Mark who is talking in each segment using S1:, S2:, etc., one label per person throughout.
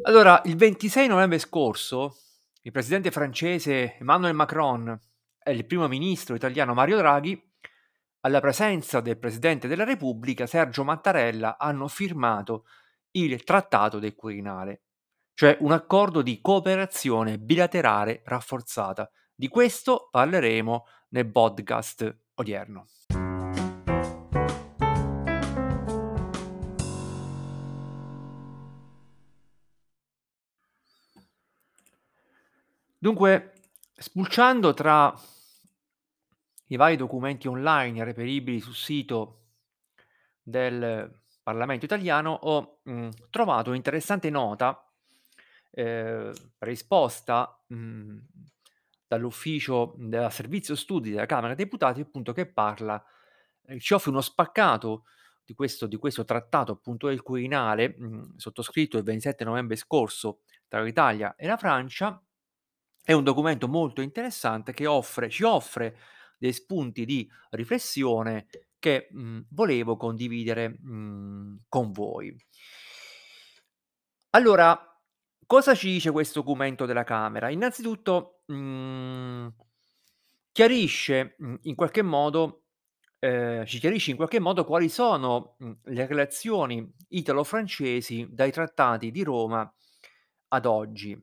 S1: Allora, il 26 novembre scorso, il presidente francese Emmanuel Macron e il primo ministro italiano Mario Draghi, alla presenza del presidente della Repubblica Sergio Mattarella, hanno firmato il Trattato del Quirinale, cioè un accordo di cooperazione bilaterale rafforzata. Di questo parleremo nel podcast odierno. Dunque, spulciando tra i vari documenti online reperibili sul sito del Parlamento italiano ho, trovato un'interessante nota, predisposta, dall'ufficio della servizio studi della Camera dei Deputati, appunto, che parla ci offre uno spaccato di questo trattato, appunto, del Quirinale, sottoscritto il 27 novembre scorso tra l'Italia e la Francia. È un documento molto interessante che ci offre dei spunti di riflessione che, volevo condividere, con voi. Allora, cosa ci dice questo documento della Camera? Innanzitutto, chiarisce, in qualche modo ci chiarisce in qualche modo quali sono, le relazioni italo-francesi dai trattati di Roma ad oggi.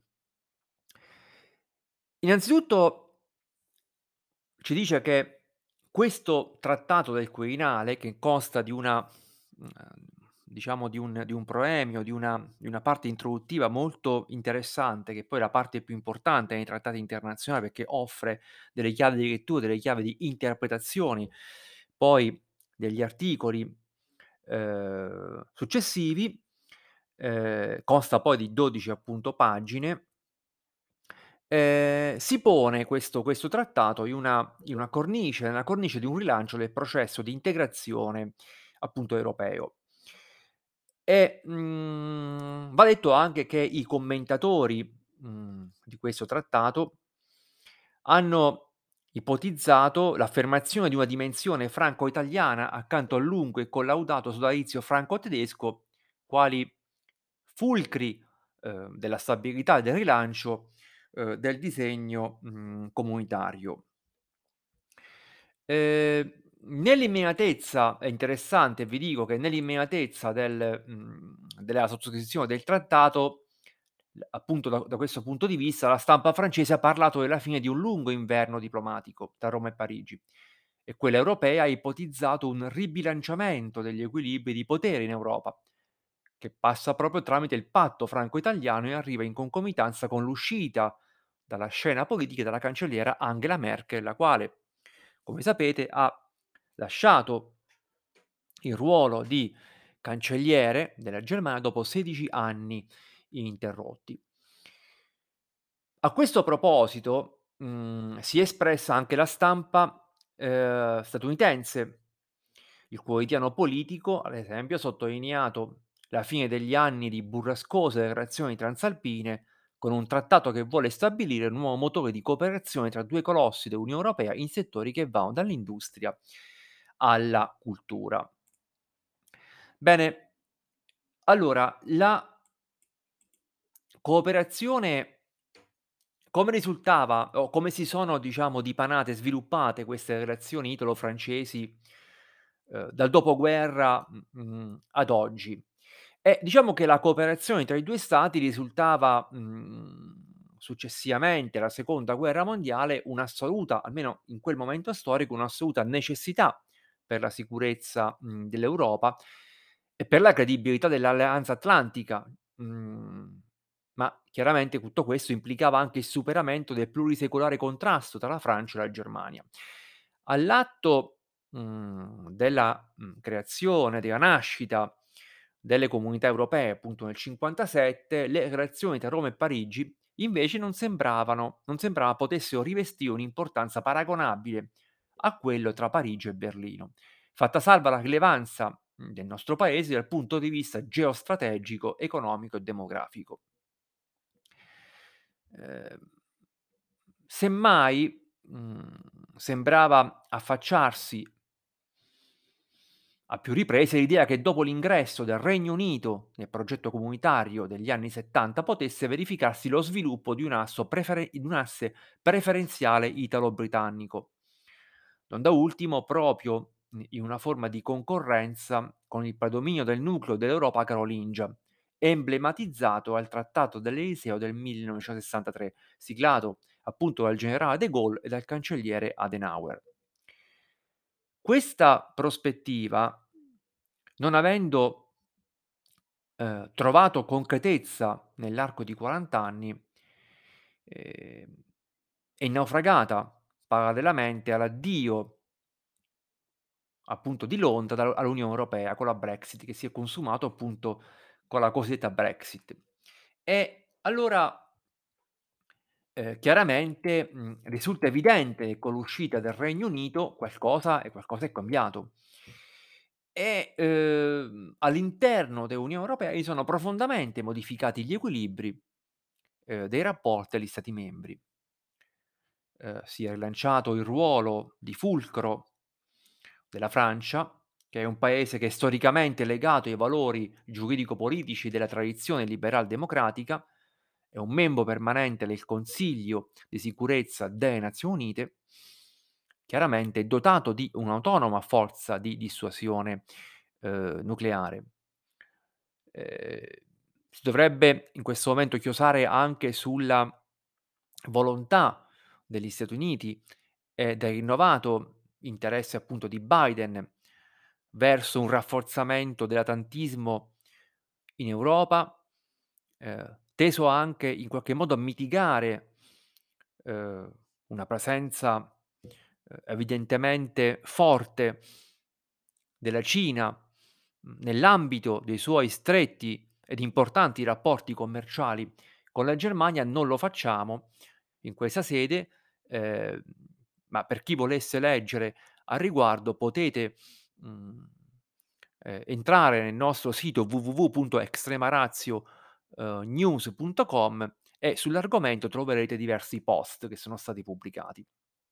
S1: Innanzitutto ci dice che questo trattato del Quirinale, che consta di una diciamo di un proemio, di una parte introduttiva molto interessante, che poi è la parte più importante nei trattati internazionali, perché offre delle chiavi di lettura, delle chiavi di interpretazioni, poi degli articoli, successivi, consta poi di 12 appunto pagine. Si pone questo trattato in una cornice nella cornice di un rilancio del processo di integrazione, appunto, europeo. E, va detto anche che i commentatori, di questo trattato hanno ipotizzato l'affermazione di una dimensione franco-italiana accanto al lungo e collaudato sodalizio franco-tedesco, quali fulcri, della stabilità e del rilancio, del disegno, comunitario. Nell'immediatezza è interessante, vi dico che nell'immediatezza della sottoscrizione del trattato, appunto da questo punto di vista, la stampa francese ha parlato della fine di un lungo inverno diplomatico tra Roma e Parigi e quella europea ha ipotizzato un ribilanciamento degli equilibri di potere in Europa, che passa proprio tramite il patto franco-italiano e arriva in concomitanza con l'uscita dalla scena politica della cancelliera Angela Merkel, la quale, come sapete, ha lasciato il ruolo di cancelliere della Germania dopo 16 anni ininterrotti. A questo proposito, si è espressa anche la stampa, statunitense. Il quotidiano Politico, ad esempio, ha sottolineato la fine degli anni di burrascose relazioni transalpine con un trattato che vuole stabilire un nuovo motore di cooperazione tra due colossi dell'Unione Europea in settori che vanno dall'industria alla cultura. Bene, allora la cooperazione, come risultava o come si sono, diciamo, dipanate e sviluppate queste relazioni italo-francesi, dal dopoguerra, ad oggi? Diciamo che la cooperazione tra i 2 stati risultava, successivamente alla seconda guerra mondiale, un'assoluta, almeno in quel momento storico, un'assoluta necessità per la sicurezza, dell'Europa e per la credibilità dell'Alleanza Atlantica. Ma chiaramente tutto questo implicava anche il superamento del plurisecolare contrasto tra la Francia e la Germania. All'atto, della, creazione, della nascita delle comunità europee, appunto nel '57, le relazioni tra Roma e Parigi invece non sembrava potessero rivestire un'importanza paragonabile a quello tra Parigi e Berlino, fatta salva la rilevanza, del nostro paese dal punto di vista geostrategico, economico e demografico. Ehm, Semmai, sembrava affacciarsi a più riprese l'idea che dopo l'ingresso del Regno Unito nel progetto comunitario degli anni '70 potesse verificarsi lo sviluppo di un asse preferenziale italo-britannico. Non da ultimo proprio in una forma di concorrenza con il predominio del nucleo dell'Europa carolingia, emblematizzato al Trattato dell'Eliseo del 1963, siglato appunto dal generale de Gaulle e dal cancelliere Adenauer. Questa prospettiva, non avendo, trovato concretezza nell'arco di 40 anni, ehm, è naufragata parallelamente all'addio appunto di Londra all'Unione Europea con la Brexit, che si è consumato appunto con la cosiddetta Brexit. E allora, chiaramente, risulta evidente che con l'uscita del Regno Unito qualcosa è cambiato. E, all'interno dell'Unione Europea si sono profondamente modificati gli equilibri, dei rapporti agli Stati membri. Si è rilanciato il ruolo di fulcro della Francia, che è un paese che è storicamente legato ai valori giuridico-politici della tradizione liberal-democratica, è un membro permanente del Consiglio di sicurezza delle Nazioni Unite, chiaramente dotato di un'autonoma forza di dissuasione, nucleare. Ehm, si dovrebbe in questo momento chiosare anche sulla volontà degli Stati Uniti e del rinnovato interesse appunto di Biden verso un rafforzamento dell'atlantismo in Europa, teso anche in qualche modo a mitigare, ehm, una presenza, evidentemente forte della Cina, nell'ambito dei suoi stretti ed importanti rapporti commerciali con la Germania. Non lo facciamo in questa sede, ehm, ma per chi volesse leggere a riguardo potete, mhmm, entrare nel nostro sito www.extremaratio, news.com, e sull'argomento troverete diversi post che sono stati pubblicati.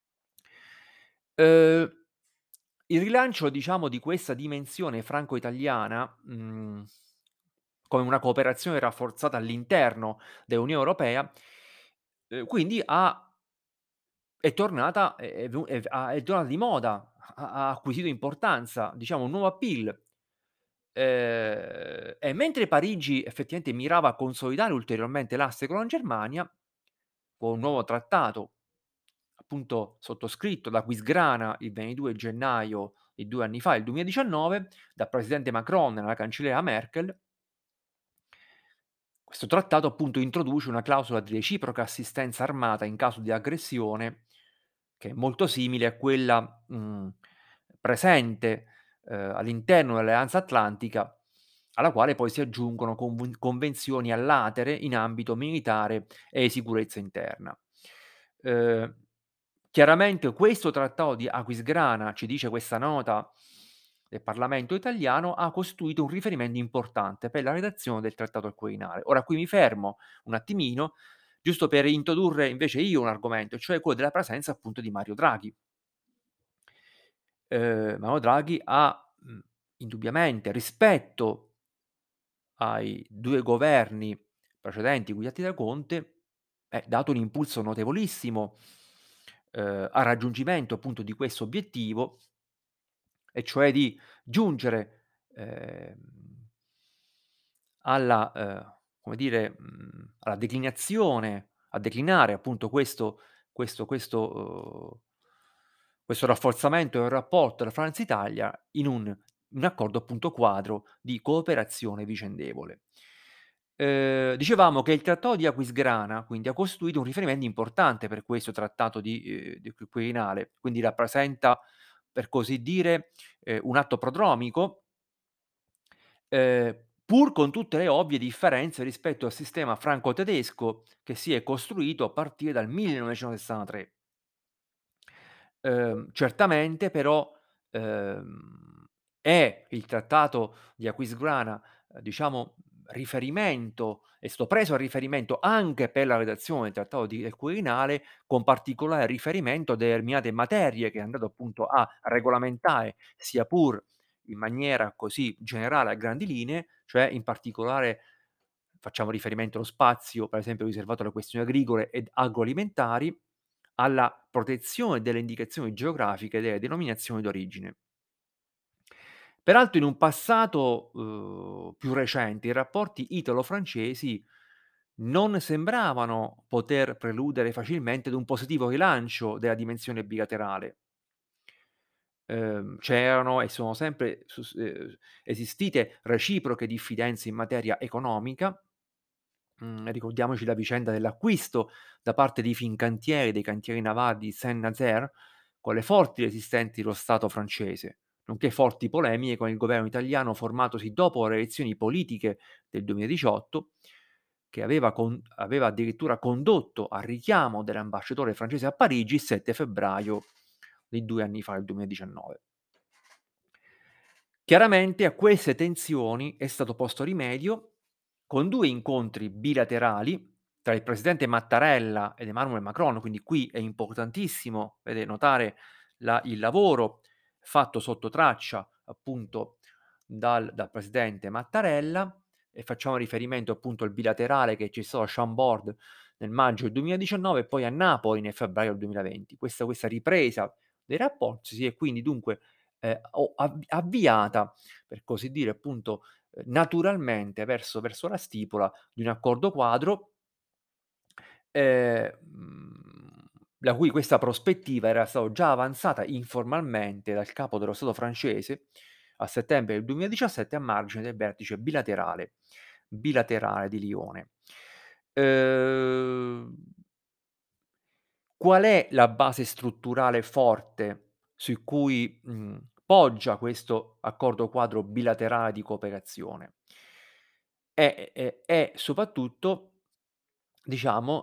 S1: Uhm, il rilancio, diciamo, di questa dimensione franco-italiana, come una cooperazione rafforzata all'interno dell'Unione Europea, quindi è tornata di moda, ha acquisito importanza, diciamo un nuovo appeal. E mentre Parigi effettivamente mirava a consolidare ulteriormente l'asse con la Germania, con un nuovo trattato, appunto sottoscritto da Aquisgrana il 22 gennaio di 2 anni fa, il 2019, dal presidente Macron e dalla cancelliera Merkel, questo trattato appunto introduce una clausola di reciproca assistenza armata in caso di aggressione, che è molto simile a quella, presente, all'interno dell'Alleanza Atlantica, alla quale poi si aggiungono convenzioni a latere in ambito militare e di sicurezza interna. Uhm, chiaramente questo trattato di Aquisgrana, ci dice questa nota del Parlamento italiano, ha costituito un riferimento importante per la redazione del trattato al Quirinale. Ora qui mi fermo un attimino, giusto per introdurre invece io un argomento, cioè quello della presenza appunto di Mario Draghi. Mario Draghi ha, indubbiamente, rispetto ai 2 governi precedenti guidati da Conte, dato un impulso notevolissimo, al raggiungimento appunto di questo obiettivo, e cioè di giungere, alla come dire, alla declinazione a declinare appunto questo questo uhm, questo rafforzamento del rapporto tra Francia e Italia in un accordo appunto quadro di cooperazione vicendevole. Dicevamo che il trattato di Aquisgrana, quindi, ha costituito un riferimento importante per questo trattato di Quirinale, quindi rappresenta, per così dire, un atto prodromico, pur con tutte le ovvie differenze rispetto al sistema franco-tedesco che si è costruito a partire dal 1963. Certamente però, è il trattato di Aquisgrana, diciamo, è stato preso a riferimento anche per la redazione del trattato del Quirinale, con particolare riferimento a determinate materie che è andato appunto a regolamentare, sia pur in maniera così generale a grandi linee, cioè in particolare facciamo riferimento allo spazio, per esempio, riservato alle questioni agricole ed agroalimentari, alla protezione delle indicazioni geografiche e delle denominazioni d'origine. Peraltro in un passato, più recente, i rapporti italo-francesi non sembravano poter preludere facilmente ad un positivo rilancio della dimensione bilaterale. C'erano e sono sempre esistite reciproche diffidenze in materia economica. Ricordiamoci la vicenda dell'acquisto da parte di Fincantieri dei cantieri navali di Saint-Nazaire, con le forti resistenze dello Stato francese, nonché forti polemiche con il governo italiano formatosi dopo le elezioni politiche del 2018, che aveva addirittura condotto al richiamo dell'ambasciatore francese a Parigi il 7 febbraio di 2 anni fa, il 2019. Chiaramente a queste tensioni è stato posto rimedio con 2 incontri bilaterali tra il presidente Mattarella ed Emmanuel Macron, quindi qui è importantissimo notare il lavoro fatto sotto traccia appunto dal presidente Mattarella, e facciamo riferimento appunto al bilaterale che c'è stato a Chambord nel maggio del 2019 e poi a Napoli nel febbraio del 2020. Questa ripresa dei rapporti si è quindi dunque avviata, per così dire, appunto, naturalmente verso la stipula di un accordo quadro, la cui questa prospettiva era stato già avanzata informalmente dal capo dello Stato francese a settembre del 2017 a margine del vertice bilaterale di Lione. Uhm Qual è la base strutturale forte su cui, poggia questo accordo quadro bilaterale di cooperazione? È soprattutto, diciamo,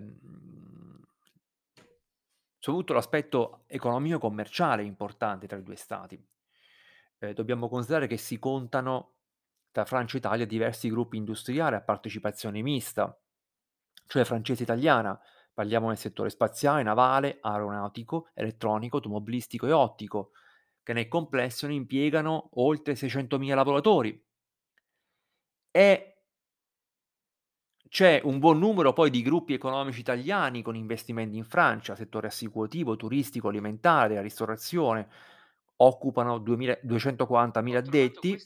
S1: soprattutto l'aspetto economico-commerciale importante tra i 2 stati. Dobbiamo considerare che si contano tra Francia e Italia diversi gruppi industriali a partecipazione mista, cioè francese-italiana. Parliamo nel settore spaziale, navale, aeronautico, elettronico, automobilistico e ottico, che nel complesso ne impiegano oltre 600.000 lavoratori. E c'è un buon numero poi di gruppi economici italiani con investimenti in Francia, settore assicurativo, turistico, alimentare, della ristorazione, occupano 240.000 addetti.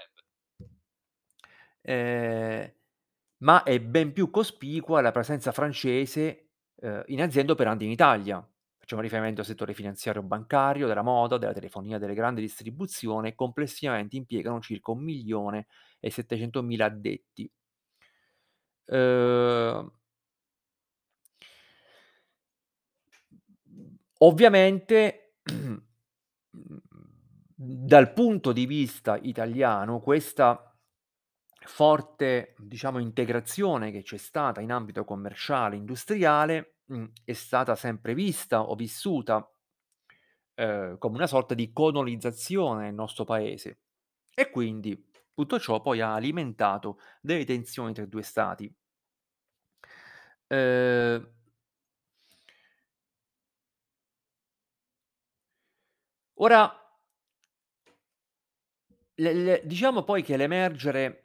S1: Ehm, ma è ben più cospicua la presenza francese, in aziende operanti in Italia. Facciamo riferimento al settore finanziario bancario, della moda, della telefonia, delle grandi distribuzione, complessivamente impiegano circa 1.700.000 addetti. Uhm Ovviamente, dal punto di vista italiano, questa forte, diciamo, integrazione che c'è stata in ambito commerciale, industriale, è stata sempre vista o vissuta, come una sorta di colonizzazione nel nostro paese, e quindi tutto ciò poi ha alimentato delle tensioni tra i 2 stati. Uhm Ora le diciamo poi che l'emergere,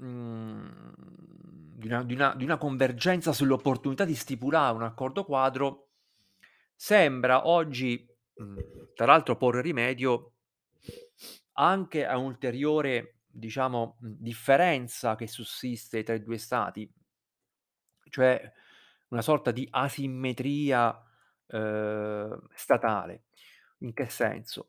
S1: di una convergenza sull'opportunità di stipulare un accordo quadro sembra oggi, tra l'altro porre rimedio anche a un'ulteriore, diciamo, differenza che sussiste tra i 2 stati, cioè una sorta di asimmetria, statale. In che senso?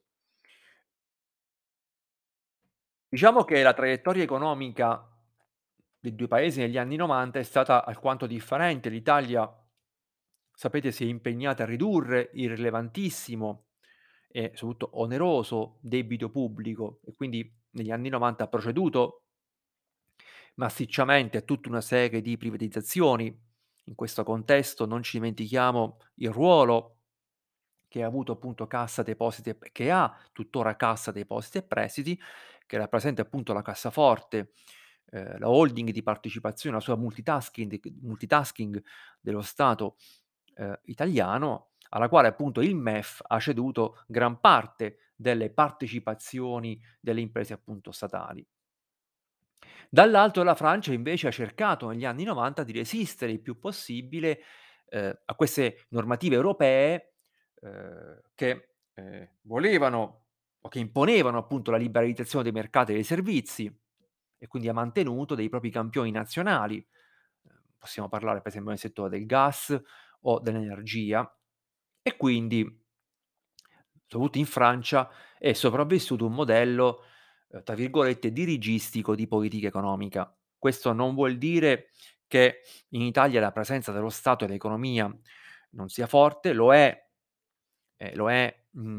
S1: Diciamo che la traiettoria economica dei 2 paesi negli anni '90 è stata alquanto differente. L'Italia, sapete, si è impegnata a ridurre il rilevantissimo e soprattutto oneroso debito pubblico e quindi negli anni '90 ha proceduto massicciamente a tutta una serie di privatizzazioni. In questo contesto non ci dimentichiamo il ruolo che ha avuto appunto Cassa Depositi e che ha tuttora Cassa Depositi e Prestiti, che rappresenta appunto la cassaforte, la holding di partecipazione, la sua multitasking dello Stato, italiano, alla quale appunto il MEF ha ceduto gran parte delle partecipazioni delle imprese appunto statali. Dall'altro la Francia invece ha cercato negli anni '90 di resistere il più possibile, a queste normative europee, che volevano o che imponevano appunto la liberalizzazione dei mercati e dei servizi e quindi ha mantenuto dei propri campioni nazionali. Possiamo parlare per esempio nel settore del gas o dell'energia e quindi soprattutto in Francia, è sopravvissuto un modello, tra virgolette, "dirigistico" di politica economica. Questo non vuol dire che in Italia la presenza dello Stato e l'economia non sia forte, lo è,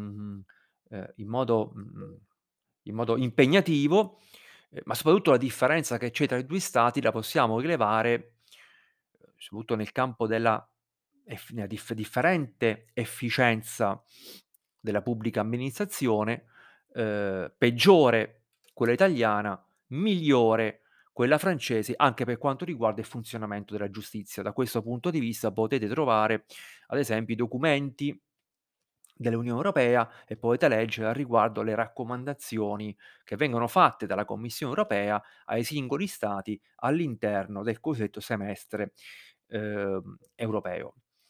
S1: in modo impegnativo, ma soprattutto la differenza che c'è tra i 2 stati la possiamo rilevare, soprattutto nel campo della nella differente efficienza della pubblica amministrazione, peggiore quella italiana, migliore quella francese, anche per quanto riguarda il funzionamento della giustizia. Da questo punto di vista potete trovare, ad esempio, i documenti dell'Unione Europea e potete leggere al riguardo le raccomandazioni che vengono fatte dalla Commissione Europea ai singoli stati all'interno del cosiddetto semestre, europeo.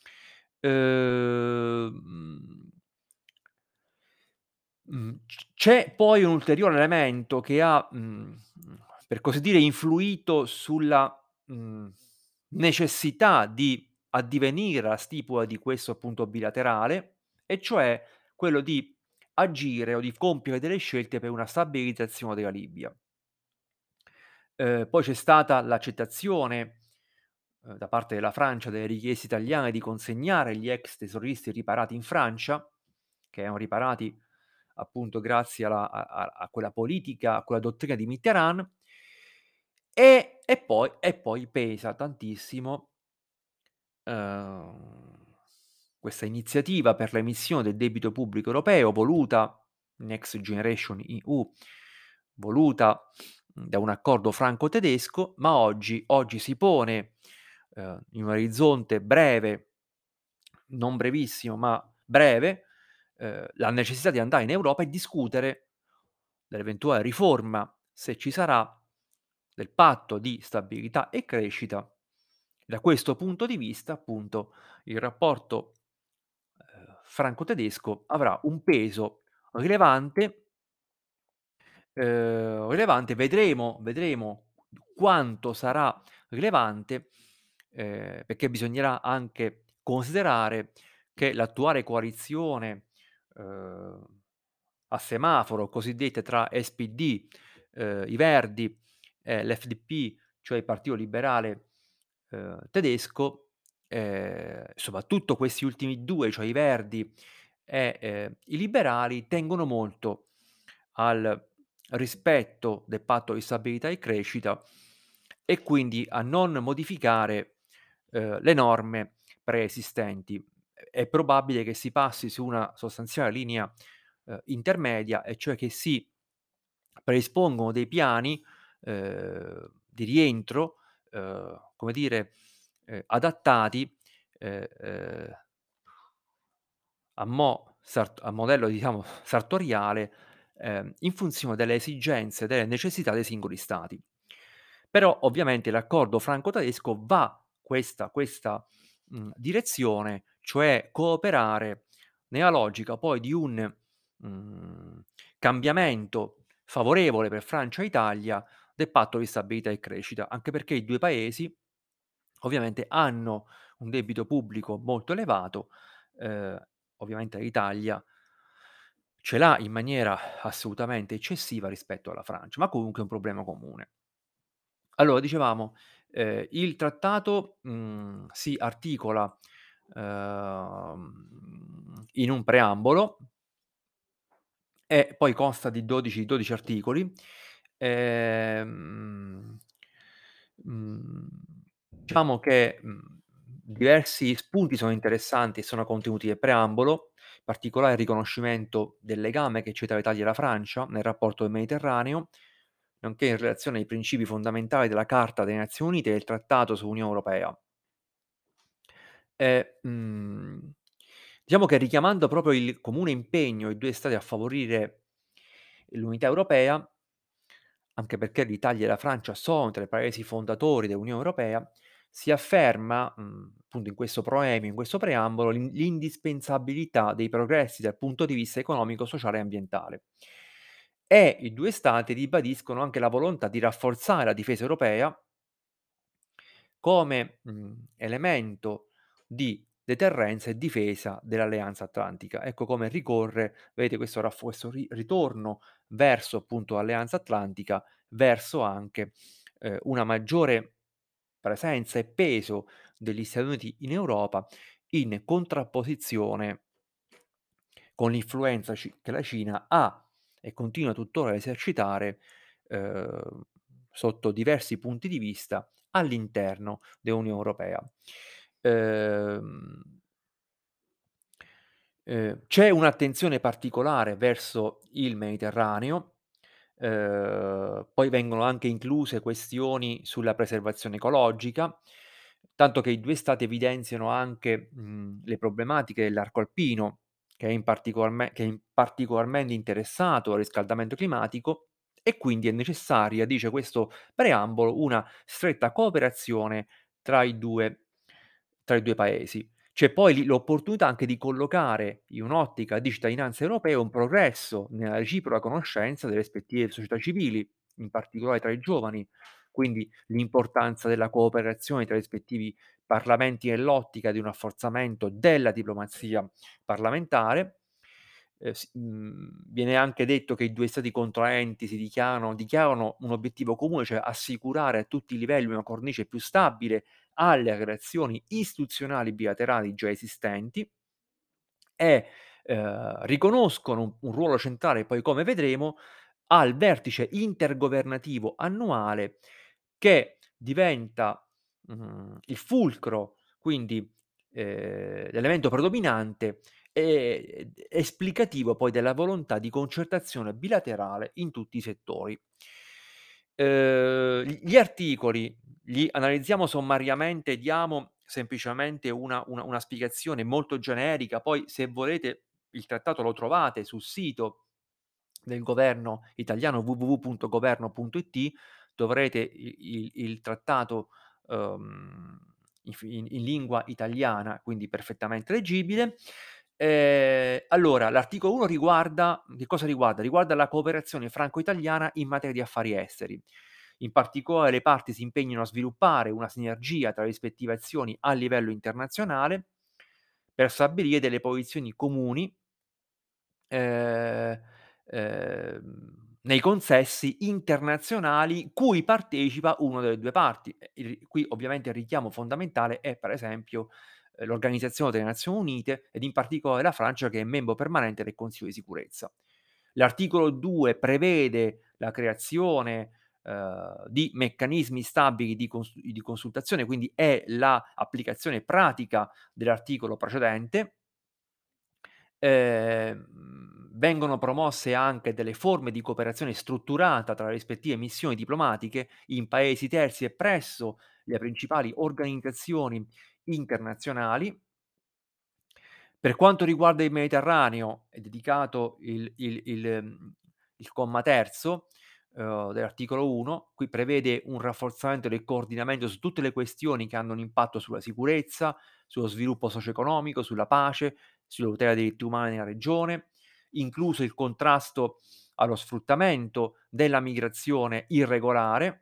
S1: Uhm c'è poi un ulteriore elemento che ha, per così dire, influito sulla, necessità di addivenire alla stipula di questo appunto bilaterale, e cioè quello di agire o di compiere delle scelte per una stabilizzazione della Libia. Poi c'è stata l'accettazione, da parte della Francia delle richieste italiane di consegnare gli ex terroristi riparati in Francia, che erano riparati appunto grazie a quella politica, a quella dottrina di Mitterrand, e poi pesa tantissimo, uhm, questa iniziativa per l'emissione del debito pubblico europeo voluta Next Generation EU, voluta, da un accordo franco-tedesco, ma oggi si pone, in un orizzonte breve, non brevissimo, ma breve, la necessità di andare in Europa e discutere dell'eventuale riforma, se ci sarà, del patto di stabilità e crescita. Da questo punto di vista, appunto, il rapporto, franco-tedesco avrà un peso rilevante. Vedremo quanto sarà rilevante, perché bisognerà anche considerare che l'attuale coalizione, uhm, a semaforo cosiddetta tra SPD, i Verdi e l'FDP, cioè il Partito Liberale, tedesco, soprattutto questi ultimi 2, cioè i Verdi e, i liberali, tengono molto al rispetto del patto di stabilità e crescita e quindi a non modificare, le norme preesistenti. È probabile che si passi su una sostanziale linea, intermedia, e cioè che si predispongono dei piani, di rientro, come dire, adattati, ehm a modello diciamo sartoriale, in funzione delle esigenze, delle necessità dei singoli stati. Però ovviamente l'accordo franco-tedesco va questa direzione, cioè cooperare nella logica poi di un, mhmm, cambiamento favorevole per Francia e Italia del patto di stabilità e crescita, anche perché i 2 paesi ovviamente hanno un debito pubblico molto elevato, ehm, ovviamente l'Italia ce l'ha in maniera assolutamente eccessiva rispetto alla Francia, ma comunque è un problema comune. Allora dicevamo, il trattato, si articola, in un preambolo e poi consta di 12 articoli. Ehm, mhmm, diciamo che, diversi spunti sono interessanti e sono contenuti nel preambolo, in particolare il riconoscimento del legame che c'è tra l'Italia e la Francia nel rapporto del Mediterraneo, nonché in relazione ai principi fondamentali della Carta delle Nazioni Unite e del Trattato sull'Unione Europea. E, Diciamo che richiamando proprio il comune impegno i 2 stati a favorire l'unità europea, anche perché l'Italia e la Francia sono tra i paesi fondatori dell'Unione Europea, si afferma, appunto in questo proemio, in questo preambolo, l'indispensabilità dei progressi dal punto di vista economico, sociale e ambientale. E i 2 stati ribadiscono anche la volontà di rafforzare la difesa europea come, elemento di deterrenza e difesa dell'Alleanza Atlantica. Ecco come ricorre, vedete questo ritorno verso appunto l'Alleanza Atlantica, verso anche, una maggiore presenza e peso degli Stati Uniti in Europa, in contrapposizione con l'influenza che la Cina ha e continua tuttora a esercitare, ehm, sotto diversi punti di vista all'interno dell'Unione Europea. Ehm c'è un'attenzione particolare verso il Mediterraneo, poi vengono anche incluse questioni sulla preservazione ecologica, tanto che i 2 stati evidenziano anche, le problematiche dell'arco alpino, che è in particolarmente interessato al riscaldamento climatico e quindi è necessaria, dice questo preambolo, una stretta cooperazione tra i 2 paesi. C'è poi lì l'opportunità anche di collocare in un'ottica di cittadinanza europea un progresso nella reciproca conoscenza delle rispettive società civili, in particolare tra i giovani, quindi l'importanza della cooperazione tra i rispettivi parlamenti nell'ottica di un rafforzamento della diplomazia parlamentare. Viene anche detto che i 2 stati contraenti si dichiarano un obiettivo comune, cioè assicurare a tutti i livelli una cornice più stabile alle relazioni istituzionali bilaterali già esistenti e, riconoscono un ruolo centrale, poi come vedremo, al vertice intergovernativo annuale che diventa, il fulcro, quindi, l'elemento predominante ed esplicativo poi della volontà di concertazione bilaterale in tutti i settori. Gli articoli li analizziamo sommariamente, diamo semplicemente una spiegazione molto generica, poi se volete il trattato lo trovate sul sito del governo italiano www.governo.it, troverete il trattato, uhm, in lingua italiana, quindi perfettamente leggibile. Allora, l'articolo 1 riguarda che cosa riguarda? Riguarda la cooperazione franco-italiana in materia di affari esteri. In particolare le parti si impegnano a sviluppare una sinergia tra le rispettive azioni a livello internazionale, per stabilire delle posizioni comuni ehm, nei consessi internazionali cui partecipa una delle 2 parti. Qui ovviamente il richiamo fondamentale è per esempio, l'Organizzazione delle Nazioni Unite ed in particolare la Francia che è membro permanente del Consiglio di sicurezza. L'articolo 2 prevede la creazione, di meccanismi stabili di consultazione, quindi è la applicazione pratica dell'articolo precedente. Vengono promosse anche delle forme di cooperazione strutturata tra le rispettive missioni diplomatiche in paesi terzi e presso le principali organizzazioni internazionali. Per quanto riguarda il Mediterraneo, è dedicato il comma terzo, dell'articolo 1, qui prevede un rafforzamento del coordinamento su tutte le questioni che hanno un impatto sulla sicurezza, sullo sviluppo socio-economico, sulla pace, sulla tutela dei diritti umani nella regione, incluso il contrasto allo sfruttamento della migrazione irregolare.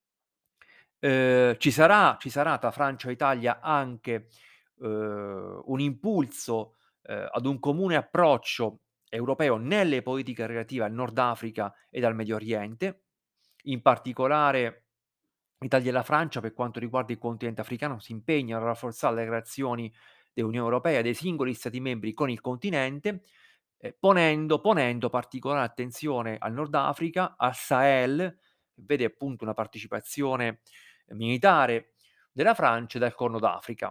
S1: Ci sarà tra Francia e Italia anche, un impulso, ad un comune approccio europeo nelle politiche relative al Nord Africa ed al Medio Oriente. In particolare l'Italia e la Francia, per quanto riguarda il continente africano, si impegnano a rafforzare le relazioni dell'Unione Europea e dei singoli Stati membri con il continente, ponendo particolare attenzione al Nord Africa, al Sahel, vede appunto una partecipazione militare della Francia e del Corno d'Africa.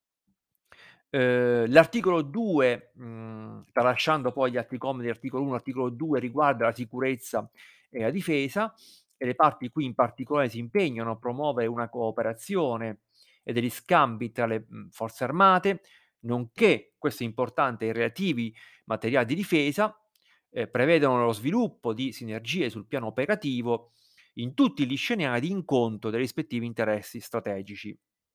S1: L'articolo 2, tralasciando poi gli altri commi dell'articolo 1, l'articolo 2 riguarda la sicurezza e la difesa e le parti qui in particolare si impegnano a promuovere una cooperazione e degli scambi tra le, forze armate, nonché, questo è importante, i relativi materiali di difesa, prevedono lo sviluppo di sinergie sul piano operativo in tutti gli scenari di incontro dei rispettivi interessi strategici.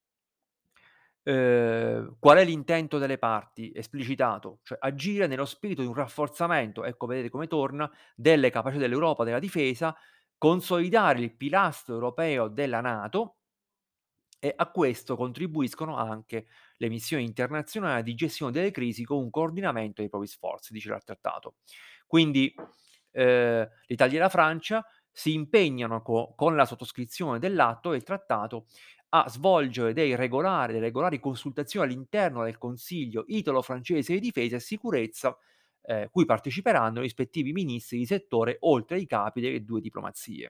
S1: Qual è l'intento delle parti? Esplicitato, cioè agire nello spirito di un rafforzamento, ecco vedete come torna, delle capacità dell'Europa della difesa, consolidare il pilastro europeo della NATO e a questo contribuiscono anche le missioni internazionali di gestione delle crisi con un coordinamento dei propri sforzi, dice il trattato. Quindi, l'Italia e la Francia si impegnano con la sottoscrizione dell'atto del trattato a svolgere delle regolari consultazioni all'interno del Consiglio italo-francese di difesa e sicurezza, cui parteciperanno i rispettivi ministri di settore, oltre ai capi delle 2 diplomazie.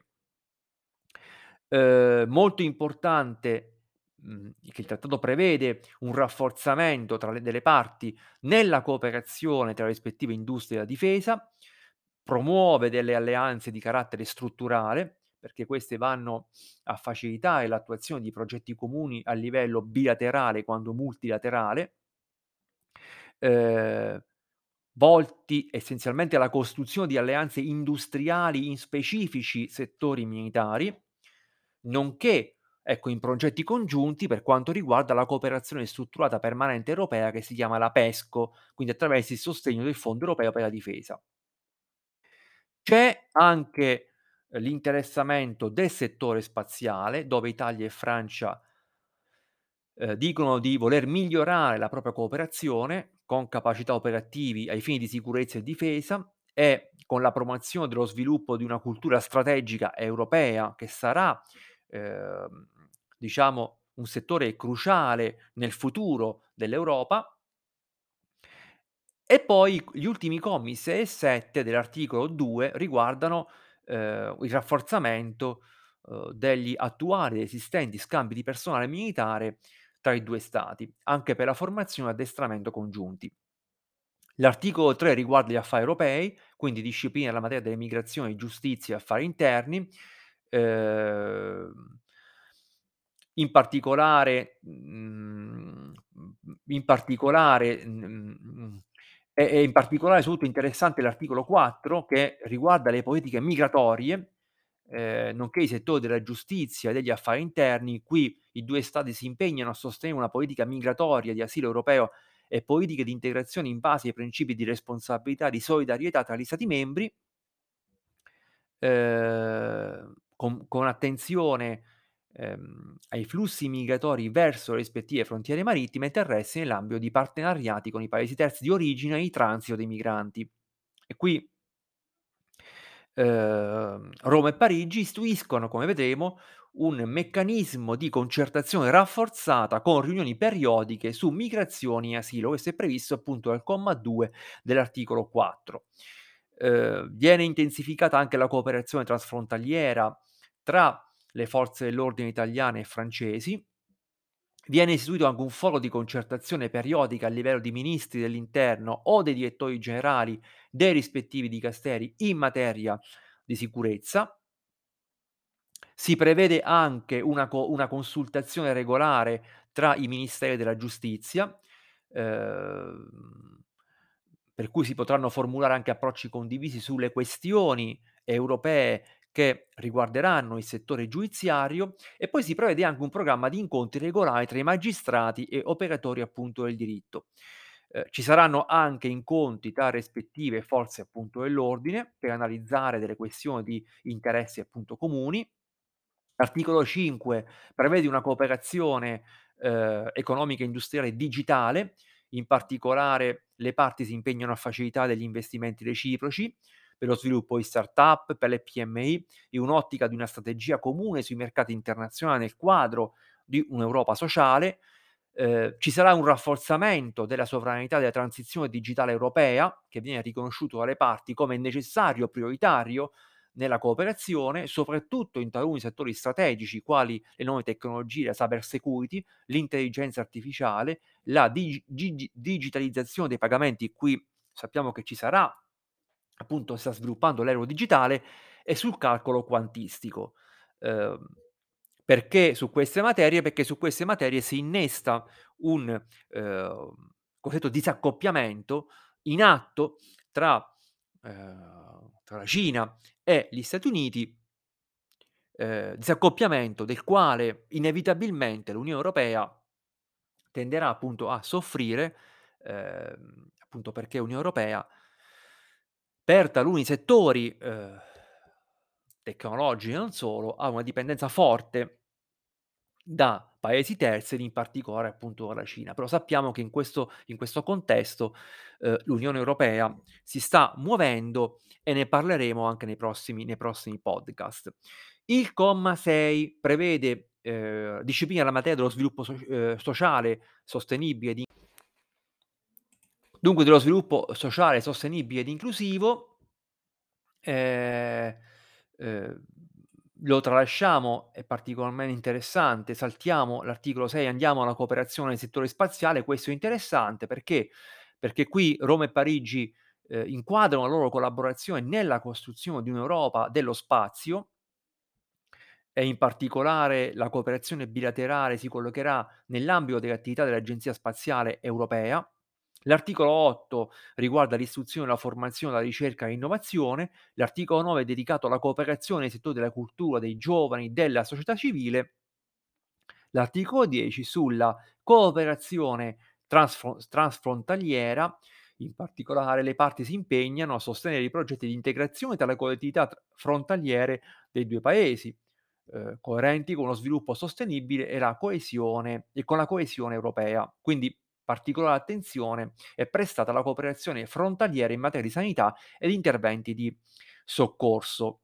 S1: Molto importante, che il trattato prevede un rafforzamento tra le delle parti nella cooperazione tra le rispettive industrie della difesa, promuove delle alleanze di carattere strutturale, perché queste vanno a facilitare l'attuazione di progetti comuni a livello bilaterale quanto multilaterale, ehm, volti essenzialmente alla costruzione di alleanze industriali in specifici settori militari, nonché, ecco, in progetti congiunti per quanto riguarda la cooperazione strutturata permanente europea che si chiama la PESCO, quindi attraverso il sostegno del Fondo europeo per la difesa. C'è anche, l'interessamento del settore spaziale, dove Italia e Francia dicono di voler migliorare la propria cooperazione con capacità operativi ai fini di sicurezza e difesa e con la promozione dello sviluppo di una cultura strategica europea che sarà, ehm, diciamo, un settore cruciale nel futuro dell'Europa. E poi gli ultimi commi 6 e 7 dell'articolo 2 riguardano, il rafforzamento, degli attuali ed esistenti scambi di personale militare tra i 2 stati, anche per la formazione e addestramento congiunti. L'articolo 3 riguarda gli affari europei, quindi disciplina la materia delle migrazioni, giustizia e affari interni. Ehm, in particolare in particolare, è in particolare soprattutto interessante l'articolo 4 che riguarda le politiche migratorie, nonché i settori della giustizia e degli affari interni. Qui i 2 stati si impegnano a sostenere una politica migratoria di asilo europeo e politiche di integrazione in base ai principi di responsabilità e di solidarietà tra gli stati membri, con attenzione, ai flussi migratori verso le rispettive frontiere marittime e terrestri nell'ambito di partenariati con i paesi terzi di origine e di transito dei migranti. E qui Roma e Parigi istituiscono, come vedremo, un meccanismo di concertazione rafforzata con riunioni periodiche su migrazioni e asilo. Questo è previsto appunto dal comma 2 dell'articolo 4. Viene intensificata anche la cooperazione transfrontaliera tra le forze dell'ordine italiane e francesi. Viene istituito anche un foro di concertazione periodica a livello di ministri dell'interno o dei direttori generali dei rispettivi dicasteri in materia di sicurezza. Si prevede anche una consultazione regolare tra i ministeri della giustizia, ehm, per cui si potranno formulare anche approcci condivisi sulle questioni europee che riguarderanno il settore giudiziario e poi si prevede anche un programma di incontri regolari tra i magistrati e operatori appunto del diritto. Ci saranno anche incontri tra rispettive forze appunto dell'ordine per analizzare delle questioni di interessi appunto comuni. L'articolo 5 prevede una cooperazione, economica e industriale digitale, in particolare le parti si impegnano a facilitare gli investimenti reciproci per lo sviluppo di start-up, per le PMI, in un'ottica di una strategia comune sui mercati internazionali nel quadro di un'Europa sociale. Ci sarà un rafforzamento della sovranità della transizione digitale europea, che viene riconosciuto dalle parti come necessario e prioritario nella cooperazione, soprattutto in taluni settori strategici quali le nuove tecnologie, la cyber security, l'intelligenza artificiale, la digitalizzazione dei pagamenti. Qui sappiamo che ci sarà, appunto si sta sviluppando l'euro digitale e sul calcolo quantistico. Ehm, perché su queste materie? Perché su queste materie si innesta un, cosiddetto disaccoppiamento in atto tra tra la Cina e gli Stati Uniti, disaccoppiamento del quale inevitabilmente l'Unione Europea tenderà appunto a soffrire, appunto perché Unione Europea per taluni settori, tecnologici e non solo, ha una dipendenza forte da paesi terzi ed in particolare appunto dalla Cina. Però sappiamo che in questo contesto, l'Unione Europea si sta muovendo e ne parleremo anche nei prossimi podcast. Il comma 6 prevede disciplina la materia dello sviluppo sociale sostenibile ed dunque dello sviluppo sociale sostenibile ed inclusivo. Ehm, ehm, lo tralasciamo, è particolarmente interessante, saltiamo l'articolo 6, andiamo alla cooperazione nel settore spaziale. Questo è interessante perché qui Roma e Parigi, inquadrano la loro collaborazione nella costruzione di un'Europa dello spazio e in particolare la cooperazione bilaterale si collocherà nell'ambito delle attività dell'Agenzia Spaziale Europea. L'articolo 8 riguarda l'istruzione, la formazione, la ricerca e l'innovazione. L'articolo 9 è dedicato alla cooperazione nei settori della cultura, dei giovani, della società civile. L'articolo 10 sulla cooperazione transfrontaliera, in particolare le parti si impegnano a sostenere i progetti di integrazione tra le collettività frontaliere dei due paesi, coerenti con lo sviluppo sostenibile e con la coesione europea. Quindi particolare attenzione è prestata alla cooperazione frontaliera in materia di sanità ed interventi di soccorso.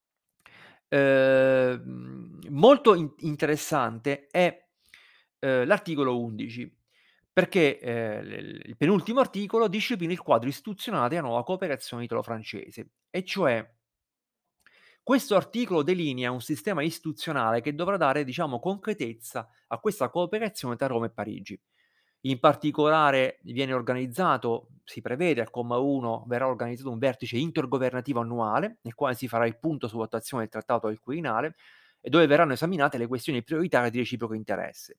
S1: Molto interessante è, l'articolo 11, perché, il penultimo articolo disciplina il quadro istituzionale della nuova cooperazione italo-francese, e cioè questo articolo delinea un sistema istituzionale che dovrà dare, diciamo, concretezza a questa cooperazione tra Roma e Parigi. In particolare si prevede al comma 1 verrà organizzato un vertice intergovernativo annuale, nel quale si farà il punto sull'attuazione del Trattato del Quirinale e dove verranno esaminate le questioni prioritarie di reciproco interesse.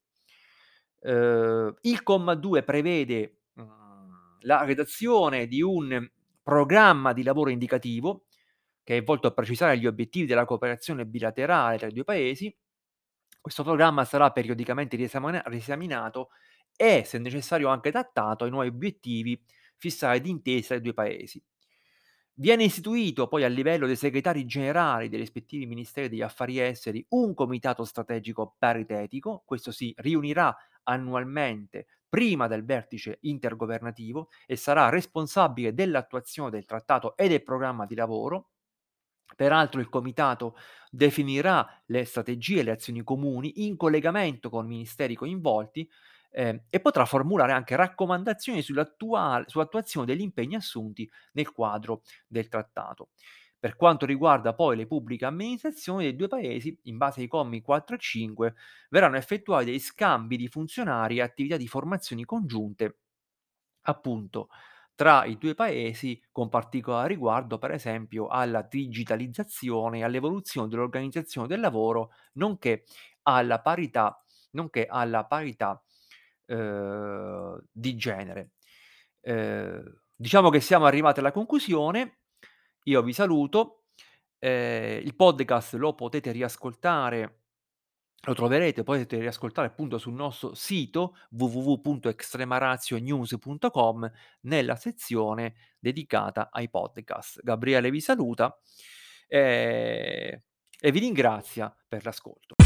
S1: Il comma 2 prevede, la redazione di un programma di lavoro indicativo, che è volto a precisare gli obiettivi della cooperazione bilaterale tra i 2 paesi. Questo programma sarà periodicamente riesaminato e, se necessario, anche adattato ai nuovi obiettivi fissati d'intesa dai 2 paesi. Viene istituito poi a livello dei segretari generali dei rispettivi Ministeri degli Affari Esteri un comitato strategico paritetico. Questo si riunirà annualmente prima del vertice intergovernativo e sarà responsabile dell'attuazione del trattato e del programma di lavoro. Peraltro il comitato definirà le strategie e le azioni comuni in collegamento con i ministeri coinvolti, e potrà formulare anche raccomandazioni sull'attuazione degli impegni assunti nel quadro del trattato. Per quanto riguarda poi le pubbliche amministrazioni dei 2 paesi, in base ai commi 4 e 5, verranno effettuati degli scambi di funzionari e attività di formazioni congiunte, appunto, tra i 2 paesi, con particolare riguardo, per esempio, alla digitalizzazione e all'evoluzione dell'organizzazione del lavoro, alla parità nonché alla parità di genere. Diciamo che siamo arrivati alla conclusione. Io vi saluto. Il podcast potete riascoltare appunto sul nostro sito www.extremarazionews.com nella sezione dedicata ai podcast. Gabriele vi saluta, e vi ringrazia per l'ascolto.